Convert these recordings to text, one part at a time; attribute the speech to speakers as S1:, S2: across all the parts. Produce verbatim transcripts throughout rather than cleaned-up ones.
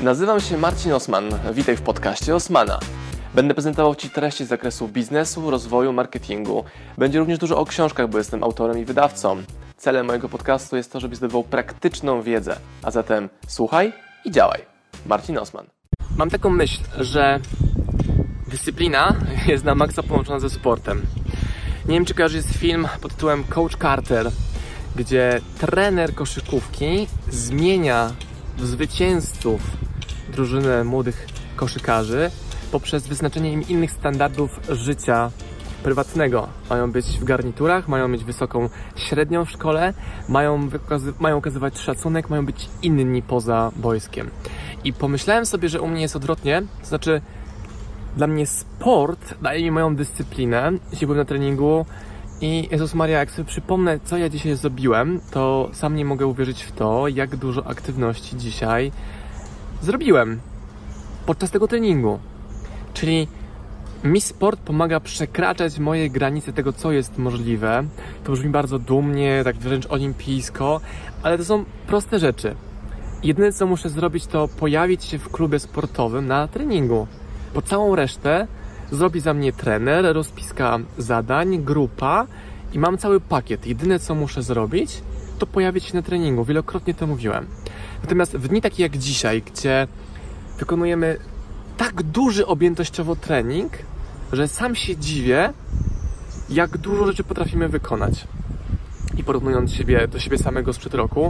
S1: Nazywam się Marcin Osman, witaj w podcaście Osmana. Będę prezentował Ci treści z zakresu biznesu, rozwoju, marketingu. Będzie również dużo o książkach, bo jestem autorem i wydawcą. Celem mojego podcastu jest to, żebyś zdobywał praktyczną wiedzę. A zatem słuchaj i działaj. Marcin Osman. Mam taką myśl, że dyscyplina jest na maksa połączona ze sportem. Nie wiem, czy kojarzysz, jest film pod tytułem Coach Carter, gdzie trener koszykówki zmienia w zwycięzców drużynę młodych koszykarzy poprzez wyznaczenie im innych standardów życia prywatnego. Mają być w garniturach, mają mieć wysoką średnią w szkole, mają, wykazy- mają okazywać szacunek, mają być inni poza boiskiem. I pomyślałem sobie, że u mnie jest odwrotnie, to znaczy dla mnie sport daje mi moją dyscyplinę, jeśli byłem na treningu i Jezus Maria, jak sobie przypomnę, co ja dzisiaj zrobiłem, to sam nie mogę uwierzyć w to, jak dużo aktywności dzisiaj zrobiłem podczas tego treningu. Czyli mi sport pomaga przekraczać moje granice tego, co jest możliwe. To brzmi bardzo dumnie, tak wręcz olimpijsko, ale to są proste rzeczy. Jedyne, co muszę zrobić, to pojawić się w klubie sportowym na treningu. Bo całą resztę zrobi za mnie trener, rozpiska zadań, grupa i mam cały pakiet. Jedyne, co muszę zrobić, to pojawić się na treningu. Wielokrotnie to mówiłem. Natomiast w dni takie jak dzisiaj, gdzie wykonujemy tak duży objętościowo trening, że sam się dziwię, jak dużo rzeczy potrafimy wykonać. I porównując siebie do siebie samego sprzed roku,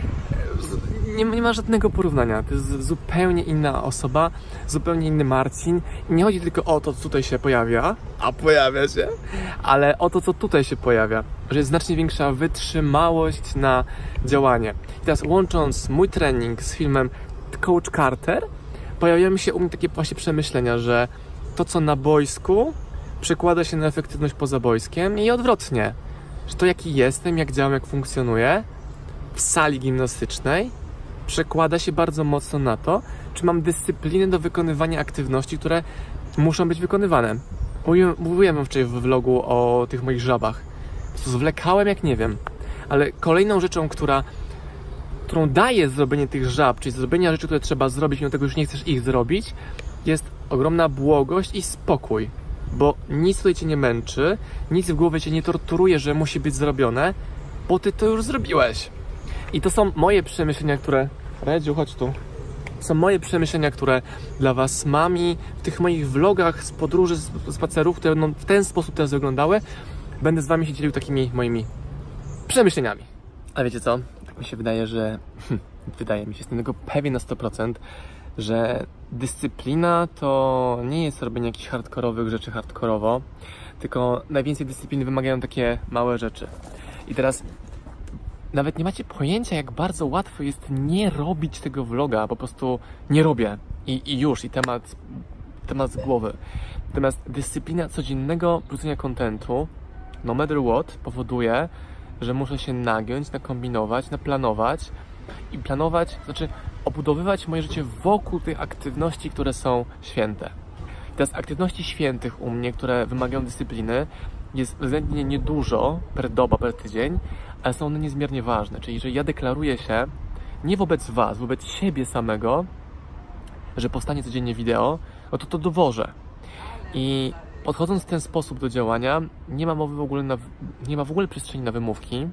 S1: nie, nie ma żadnego porównania. To jest zupełnie inna osoba, zupełnie inny Marcin. I nie chodzi tylko o to, co tutaj się pojawia, a pojawia się, ale o to, co tutaj się pojawia. Że jest znacznie większa wytrzymałość na działanie. I teraz łącząc mój trening z filmem Coach Carter, pojawiają się u mnie takie właśnie przemyślenia, że to, co na boisku, przekłada się na efektywność poza boiskiem i odwrotnie. Że to, jaki jestem, jak działam, jak funkcjonuję w sali gimnastycznej, przekłada się bardzo mocno na to, czy mam dyscyplinę do wykonywania aktywności, które muszą być wykonywane. Mówiłem, mówiłem wam wczoraj w vlogu o tych moich żabach. Zwlekałem jak nie wiem. Ale kolejną rzeczą, która którą daje zrobienie tych żab, czyli zrobienia rzeczy, które trzeba zrobić, mimo tego już nie chcesz ich zrobić, jest ogromna błogość i spokój. Bo nic tutaj cię nie męczy, nic w głowie cię nie torturuje, że musi być zrobione, bo ty to już zrobiłeś. I to są moje przemyślenia, które... Redziu, chodź tu. Są moje przemyślenia, które dla was mam i w tych moich vlogach z podróży, z spacerów, które będą w ten sposób teraz wyglądały, będę z wami się dzielił takimi moimi przemyśleniami. A wiecie co? Mi się wydaje, że wydaje mi się, jestem tego pewien na sto procent, że dyscyplina to nie jest robienie jakichś hardkorowych rzeczy hardkorowo, tylko najwięcej dyscypliny wymagają takie małe rzeczy. I teraz nawet nie macie pojęcia, jak bardzo łatwo jest nie robić tego vloga, po prostu nie robię i, i już, i temat, temat z głowy. Natomiast dyscyplina codziennego wrzucenia kontentu, no matter what, powoduje, że muszę się nagiąć, nakombinować, naplanować i planować, znaczy obudowywać moje życie wokół tych aktywności, które są święte. I teraz aktywności świętych u mnie, które wymagają dyscypliny, jest względnie niedużo per doba, per tydzień, ale są one niezmiernie ważne. Czyli jeżeli ja deklaruję się nie wobec was, wobec siebie samego, że powstanie codziennie wideo, no to to dowożę. I podchodząc w ten sposób do działania, nie ma mowy w ogóle na, nie ma w ogóle przestrzeni na wymówki,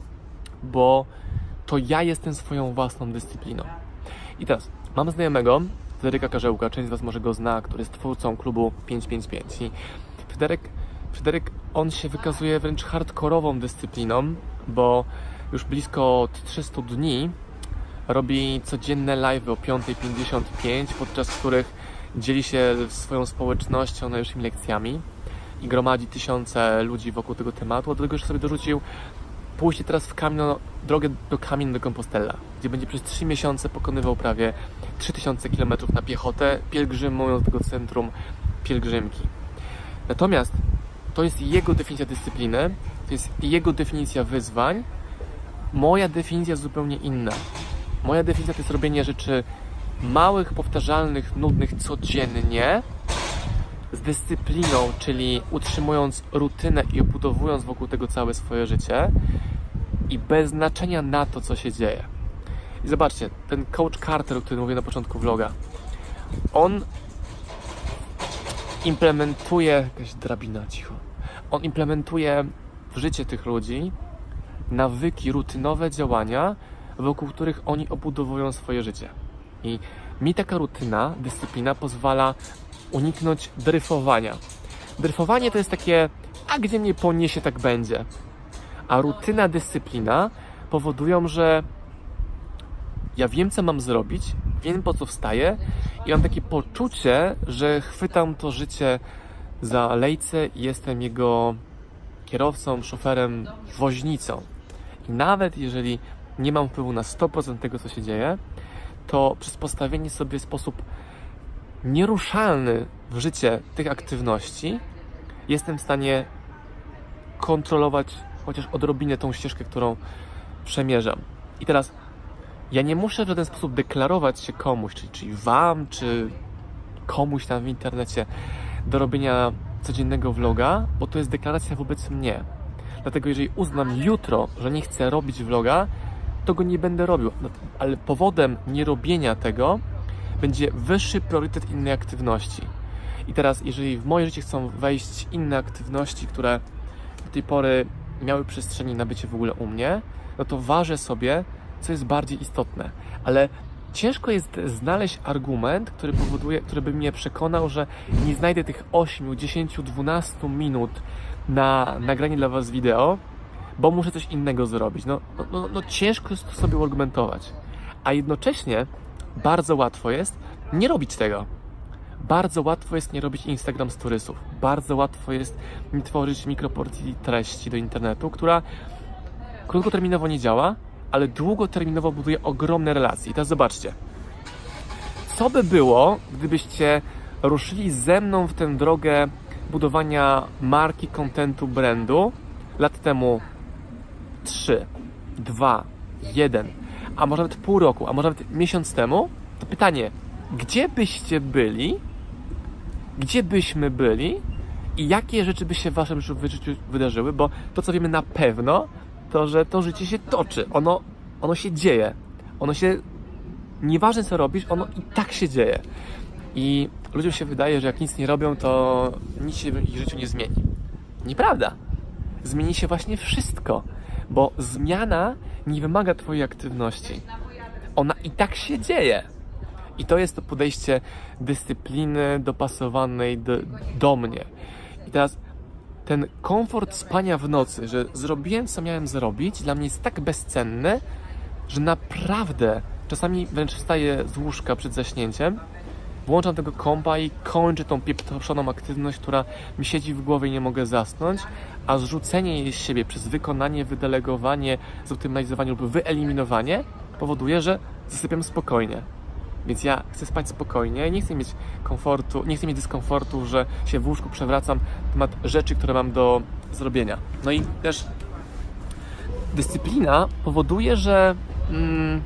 S1: bo to ja jestem swoją własną dyscypliną. I teraz mam znajomego, Fryderyka Karzełka, część z was może go zna, który jest twórcą klubu pięć pięć pięć. I Fryderyk, Fryderyk, on się wykazuje wręcz hardkorową dyscypliną, bo już blisko od trzystu dni robi codzienne live'y o piąta pięćdziesiąt pięć, podczas których dzieli się swoją społecznością najlepszymi lekcjami i gromadzi tysiące ludzi wokół tego tematu, a do tego już sobie dorzucił pójście teraz w Camino, drogę do Camino de Compostela, gdzie będzie przez trzy miesiące pokonywał prawie trzy tysiące kilometrów na piechotę, pielgrzymując do tego centrum pielgrzymki. Natomiast to jest jego definicja dyscypliny, to jest jego definicja wyzwań. Moja definicja jest zupełnie inna. Moja definicja to jest robienie rzeczy małych, powtarzalnych, nudnych codziennie, z dyscypliną, czyli utrzymując rutynę i obudowując wokół tego całe swoje życie i bez znaczenia na to, co się dzieje. I zobaczcie, ten coach Carter, o którym mówię na początku vloga, on implementuje, jakaś drabina, cicho, on implementuje w życie tych ludzi nawyki, rutynowe działania, wokół których oni obudowują swoje życie. I mi taka rutyna, dyscyplina pozwala uniknąć dryfowania. Dryfowanie to jest takie, a gdzie mnie poniesie, tak będzie. A rutyna, dyscyplina powodują, że ja wiem, co mam zrobić, wiem, po co wstaję i mam takie poczucie, że chwytam to życie za lejce i jestem jego kierowcą, szoferem, woźnicą. I nawet jeżeli nie mam wpływu na sto procent tego, co się dzieje, to przez postawienie sobie w sposób nieruszalny w życie tych aktywności jestem w stanie kontrolować chociaż odrobinę tą ścieżkę, którą przemierzam. I teraz ja nie muszę w żaden sposób deklarować się komuś, czyli, czyli wam, czy komuś tam w internecie do robienia codziennego vloga, bo to jest deklaracja wobec mnie. Dlatego jeżeli uznam jutro, że nie chcę robić vloga, to go nie będę robił. Ale powodem nierobienia tego będzie wyższy priorytet innej aktywności. I teraz, jeżeli w moje życie chcą wejść inne aktywności, które do tej pory miały przestrzeni na bycie w ogóle u mnie, no to ważę sobie, co jest bardziej istotne. Ale ciężko jest znaleźć argument, który powoduje, który by mnie przekonał, że nie znajdę tych osiem, dziesięć, dwanaście minut na nagranie dla Was wideo, bo muszę coś innego zrobić. No, no, no ciężko jest to sobie argumentować. A jednocześnie bardzo łatwo jest nie robić tego. Bardzo łatwo jest nie robić Instagram Storiesów. Bardzo łatwo jest nie tworzyć mikroporcji treści do internetu, która krótkoterminowo nie działa, ale długoterminowo buduje ogromne relacje. I teraz zobaczcie, co by było, gdybyście ruszyli ze mną w tę drogę budowania marki, kontentu, brandu lat temu trzy, dwa, jeden, a może nawet pół roku, a może nawet miesiąc temu, to pytanie, gdzie byście byli, gdzie byśmy byli i jakie rzeczy by się w waszym życiu wydarzyły, bo to, co wiemy na pewno, to, że to życie się toczy, ono, ono się dzieje, ono się, nieważne co robisz, ono i tak się dzieje. I ludziom się wydaje, że jak nic nie robią, to nic się w ich życiu nie zmieni. Nieprawda. Zmieni się właśnie wszystko, bo zmiana nie wymaga twojej aktywności. Ona i tak się dzieje. I to jest to podejście dyscypliny dopasowanej do, do mnie. I teraz ten komfort spania w nocy, że zrobiłem, co miałem zrobić, dla mnie jest tak bezcenny, że naprawdę czasami wręcz wstaję z łóżka przed zaśnięciem, włączam tego kompa i kończę tą pieprzoną aktywność, która mi siedzi w głowie i nie mogę zasnąć, a zrzucenie jej z siebie przez wykonanie, wydelegowanie, zoptymalizowanie lub wyeliminowanie powoduje, że zasypiam spokojnie. Więc ja chcę spać spokojnie, nie chcę mieć komfortu, nie chcę mieć dyskomfortu, że się w łóżku przewracam na temat rzeczy, które mam do zrobienia. No i też dyscyplina powoduje, że mm,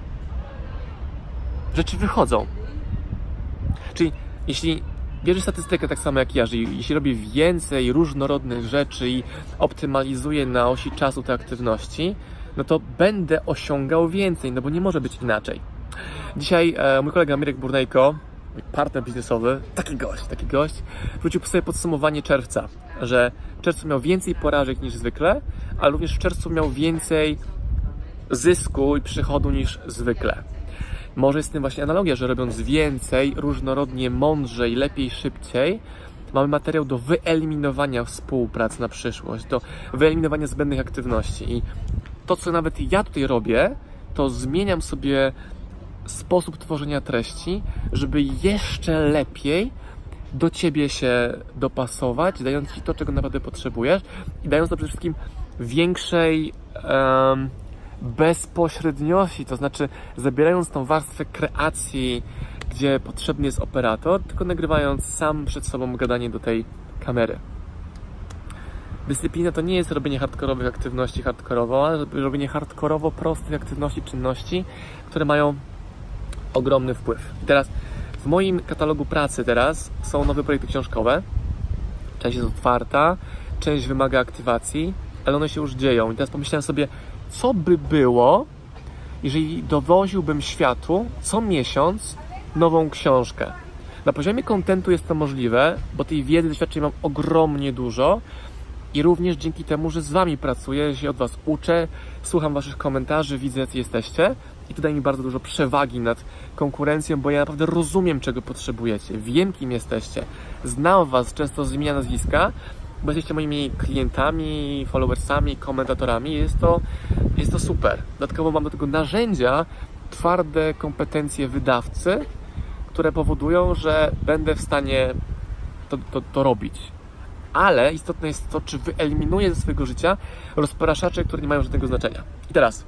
S1: rzeczy wychodzą. Czyli jeśli bierzesz statystykę tak samo jak ja, że jeśli robię więcej różnorodnych rzeczy i optymalizuję na osi czasu te aktywności, no to będę osiągał więcej, no bo nie może być inaczej. Dzisiaj e, mój kolega Mirek Burnejko, mój partner biznesowy, taki gość, taki gość, wrócił sobie podsumowanie czerwca, że w czerwcu miał więcej porażek niż zwykle, ale również w czerwcu miał więcej zysku i przychodu niż zwykle. Może jest z tym właśnie analogia, że robiąc więcej, różnorodnie, mądrzej, lepiej, szybciej, mamy materiał do wyeliminowania współprac na przyszłość, do wyeliminowania zbędnych aktywności. I to, co nawet ja tutaj robię, to zmieniam sobie sposób tworzenia treści, żeby jeszcze lepiej do Ciebie się dopasować, dając Ci to, czego naprawdę potrzebujesz i dając to przede wszystkim większej um, bezpośredniości, to znaczy zabierając tą warstwę kreacji, gdzie potrzebny jest operator, tylko nagrywając sam przed sobą gadanie do tej kamery. Dyscyplina to nie jest robienie hardkorowych aktywności hardkorowo, ale robienie hardkorowo prostych aktywności, czynności, które mają ogromny wpływ. I teraz w moim katalogu pracy teraz są nowe projekty książkowe. Część jest otwarta, część wymaga aktywacji, ale one się już dzieją. I teraz pomyślałem sobie, co by było, jeżeli dowoziłbym światu co miesiąc nową książkę. Na poziomie kontentu jest to możliwe, bo tej wiedzy, doświadczeń mam ogromnie dużo i również dzięki temu, że z Wami pracuję, że się od Was uczę, słucham Waszych komentarzy, widzę, jacy jesteście i to daje mi bardzo dużo przewagi nad konkurencją, bo ja naprawdę rozumiem, czego potrzebujecie, wiem, kim jesteście, znam Was często z imienia, nazwiska, bo jesteście moimi klientami, followersami, komentatorami. Jest to, jest to super. Dodatkowo mam do tego narzędzia, twarde kompetencje wydawcy, które powodują, że będę w stanie to, to, to robić. Ale istotne jest to, czy wyeliminuję ze swojego życia rozpraszacze, które nie mają żadnego znaczenia. I teraz,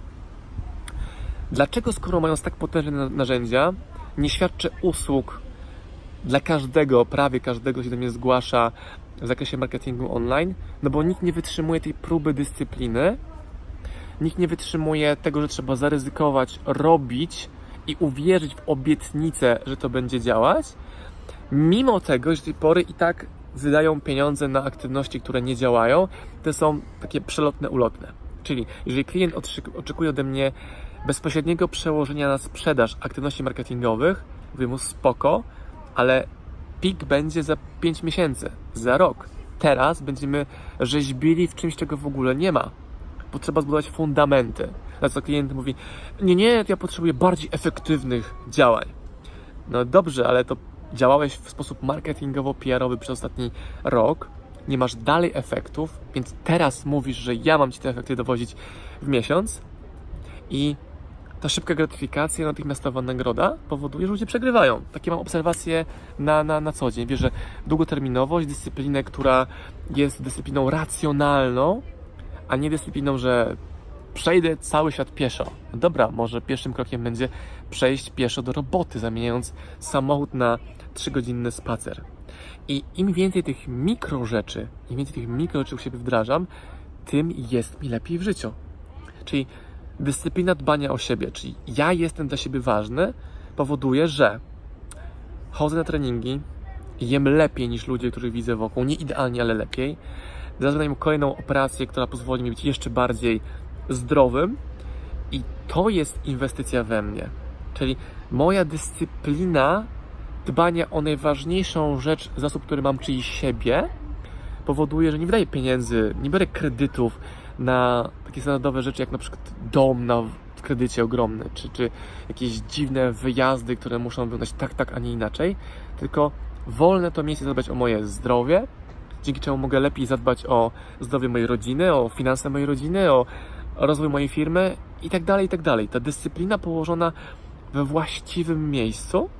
S1: dlaczego, skoro mając tak potężne narzędzia, nie świadczę usług dla każdego, prawie każdego się do mnie zgłasza w zakresie marketingu online? No bo nikt nie wytrzymuje tej próby dyscypliny, nikt nie wytrzymuje tego, że trzeba zaryzykować, robić i uwierzyć w obietnicę, że to będzie działać, mimo tego, że do tej pory i tak wydają pieniądze na aktywności, które nie działają. To są takie przelotne, ulotne. Czyli jeżeli klient oczekuje ode mnie bezpośredniego przełożenia na sprzedaż aktywności marketingowych, mówię mu spoko, ale pik będzie za pięć miesięcy, za rok. Teraz będziemy rzeźbili w czymś, czego w ogóle nie ma. Potrzeba zbudować fundamenty. Na co klient mówi, nie, nie, ja potrzebuję bardziej efektywnych działań. No dobrze, ale to działałeś w sposób marketingowo-P R-owy przez ostatni rok, nie masz dalej efektów, więc teraz mówisz, że ja mam Ci te efekty dowozić w miesiąc i ta szybka gratyfikacja, natychmiastowa nagroda powoduje, że ludzie przegrywają. Takie mam obserwacje na, na, na co dzień. Wiesz, że długoterminowość, dyscyplinę, która jest dyscypliną racjonalną, a nie dyscypliną, że przejdę cały świat pieszo. No dobra, może pierwszym krokiem będzie przejść pieszo do roboty, zamieniając samochód na trzygodzinny spacer. I im więcej tych mikro rzeczy, im więcej tych mikro rzeczy u siebie wdrażam, tym jest mi lepiej w życiu. Czyli dyscyplina dbania o siebie, czyli ja jestem dla siebie ważny, powoduje, że chodzę na treningi, jem lepiej niż ludzie, których widzę wokół, nie idealnie, ale lepiej. Zaznam kolejną operację, która pozwoli mi być jeszcze bardziej zdrowym i to jest inwestycja we mnie. Czyli moja dyscyplina dbania o najważniejszą rzecz, zasób, który mam, czyli siebie, powoduje, że nie wydaję pieniędzy, nie biorę kredytów na takie standardowe rzeczy, jak na przykład dom na kredycie ogromny, czy, czy jakieś dziwne wyjazdy, które muszą wyglądać tak, tak, a nie inaczej, tylko wolne to miejsce zadbać o moje zdrowie, dzięki czemu mogę lepiej zadbać o zdrowie mojej rodziny, o finanse mojej rodziny, o rozwój mojej firmy i tak dalej, i tak dalej. Ta dyscyplina położona we właściwym miejscu,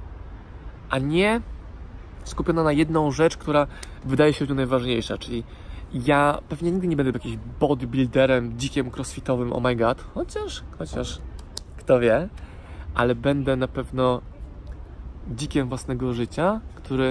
S1: a nie skupiona na jedną rzecz, która wydaje się najważniejsza, czyli ja pewnie nigdy nie będę jakimś bodybuilderem, dzikiem crossfitowym, oh my god, chociaż, chociaż, kto wie, ale będę na pewno dzikiem własnego życia, który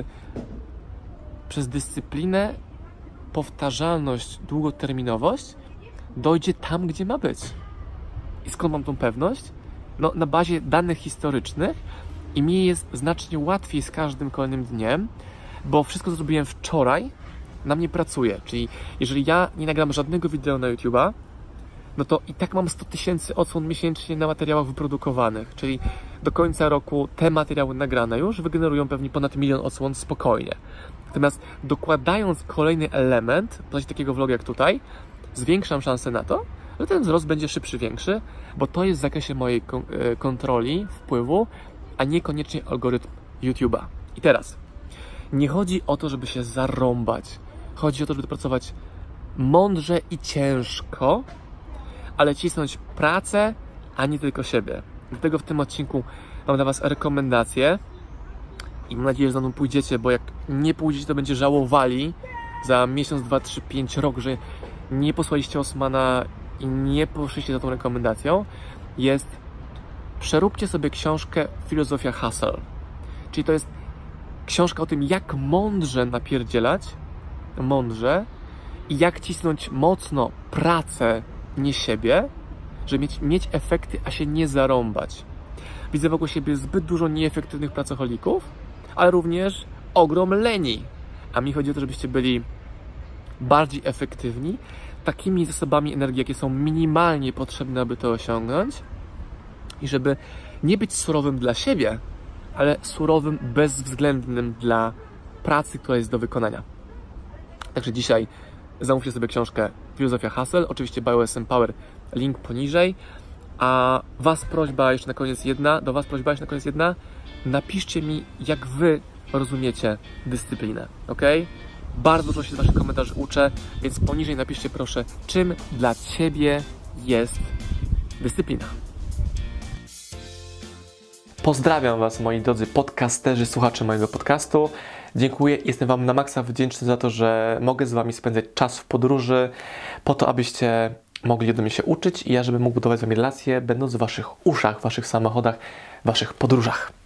S1: przez dyscyplinę, powtarzalność, długoterminowość dojdzie tam, gdzie ma być. I skąd mam tą pewność? No, na bazie danych historycznych i mi jest znacznie łatwiej z każdym kolejnym dniem, bo wszystko, co zrobiłem wczoraj, na mnie pracuje. Czyli jeżeli ja nie nagram żadnego wideo na YouTube'a, no to i tak mam sto tysięcy odsłon miesięcznie na materiałach wyprodukowanych. Czyli do końca roku te materiały nagrane już wygenerują pewnie ponad milion odsłon spokojnie. Natomiast dokładając kolejny element w postaci takiego vloga jak tutaj, zwiększam szansę na to, że ten wzrost będzie szybszy, większy, bo to jest w zakresie mojej kontroli, wpływu, a niekoniecznie algorytm YouTube'a. I teraz, nie chodzi o to, żeby się zarąbać. Chodzi o to, żeby pracować mądrze i ciężko, ale cisnąć pracę, a nie tylko siebie. Dlatego w tym odcinku mam dla Was rekomendacje i mam nadzieję, że za mną pójdziecie, bo jak nie pójdziecie, to będzie żałowali za miesiąc, dwa, trzy, pięć, rok, że nie posłaliście Osmana i nie poszliście za tą rekomendacją. Jest, przeróbcie sobie książkę Filozofia Hustle. Czyli to jest książka o tym, jak mądrze napierdzielać, mądrze i jak cisnąć mocno pracę, nie siebie, żeby mieć, mieć efekty, a się nie zarąbać. Widzę wokół siebie zbyt dużo nieefektywnych pracocholików, ale również ogrom leni. A mi chodzi o to, żebyście byli bardziej efektywni, takimi zasobami energii, jakie są minimalnie potrzebne, aby to osiągnąć, i żeby nie być surowym dla siebie, ale surowym, bezwzględnym dla pracy, która jest do wykonania. Także dzisiaj zamówcie sobie książkę Filozofia Haseł, oczywiście B S M Power, link poniżej. A Was prośba jeszcze na koniec jedna, do Was prośba jeszcze na koniec jedna, napiszcie mi, jak Wy rozumiecie dyscyplinę, ok? Bardzo dużo się z Waszych komentarzy uczę, więc poniżej napiszcie proszę, czym dla Ciebie jest dyscyplina. Pozdrawiam Was, moi drodzy podcasterzy, słuchacze mojego podcastu. Dziękuję, jestem Wam na maksa wdzięczny za to, że mogę z Wami spędzać czas w podróży, po to, abyście mogli ode mnie się uczyć i ja, żebym mógł budować z Wami relacje, będąc w Waszych uszach, w Waszych samochodach, w Waszych podróżach.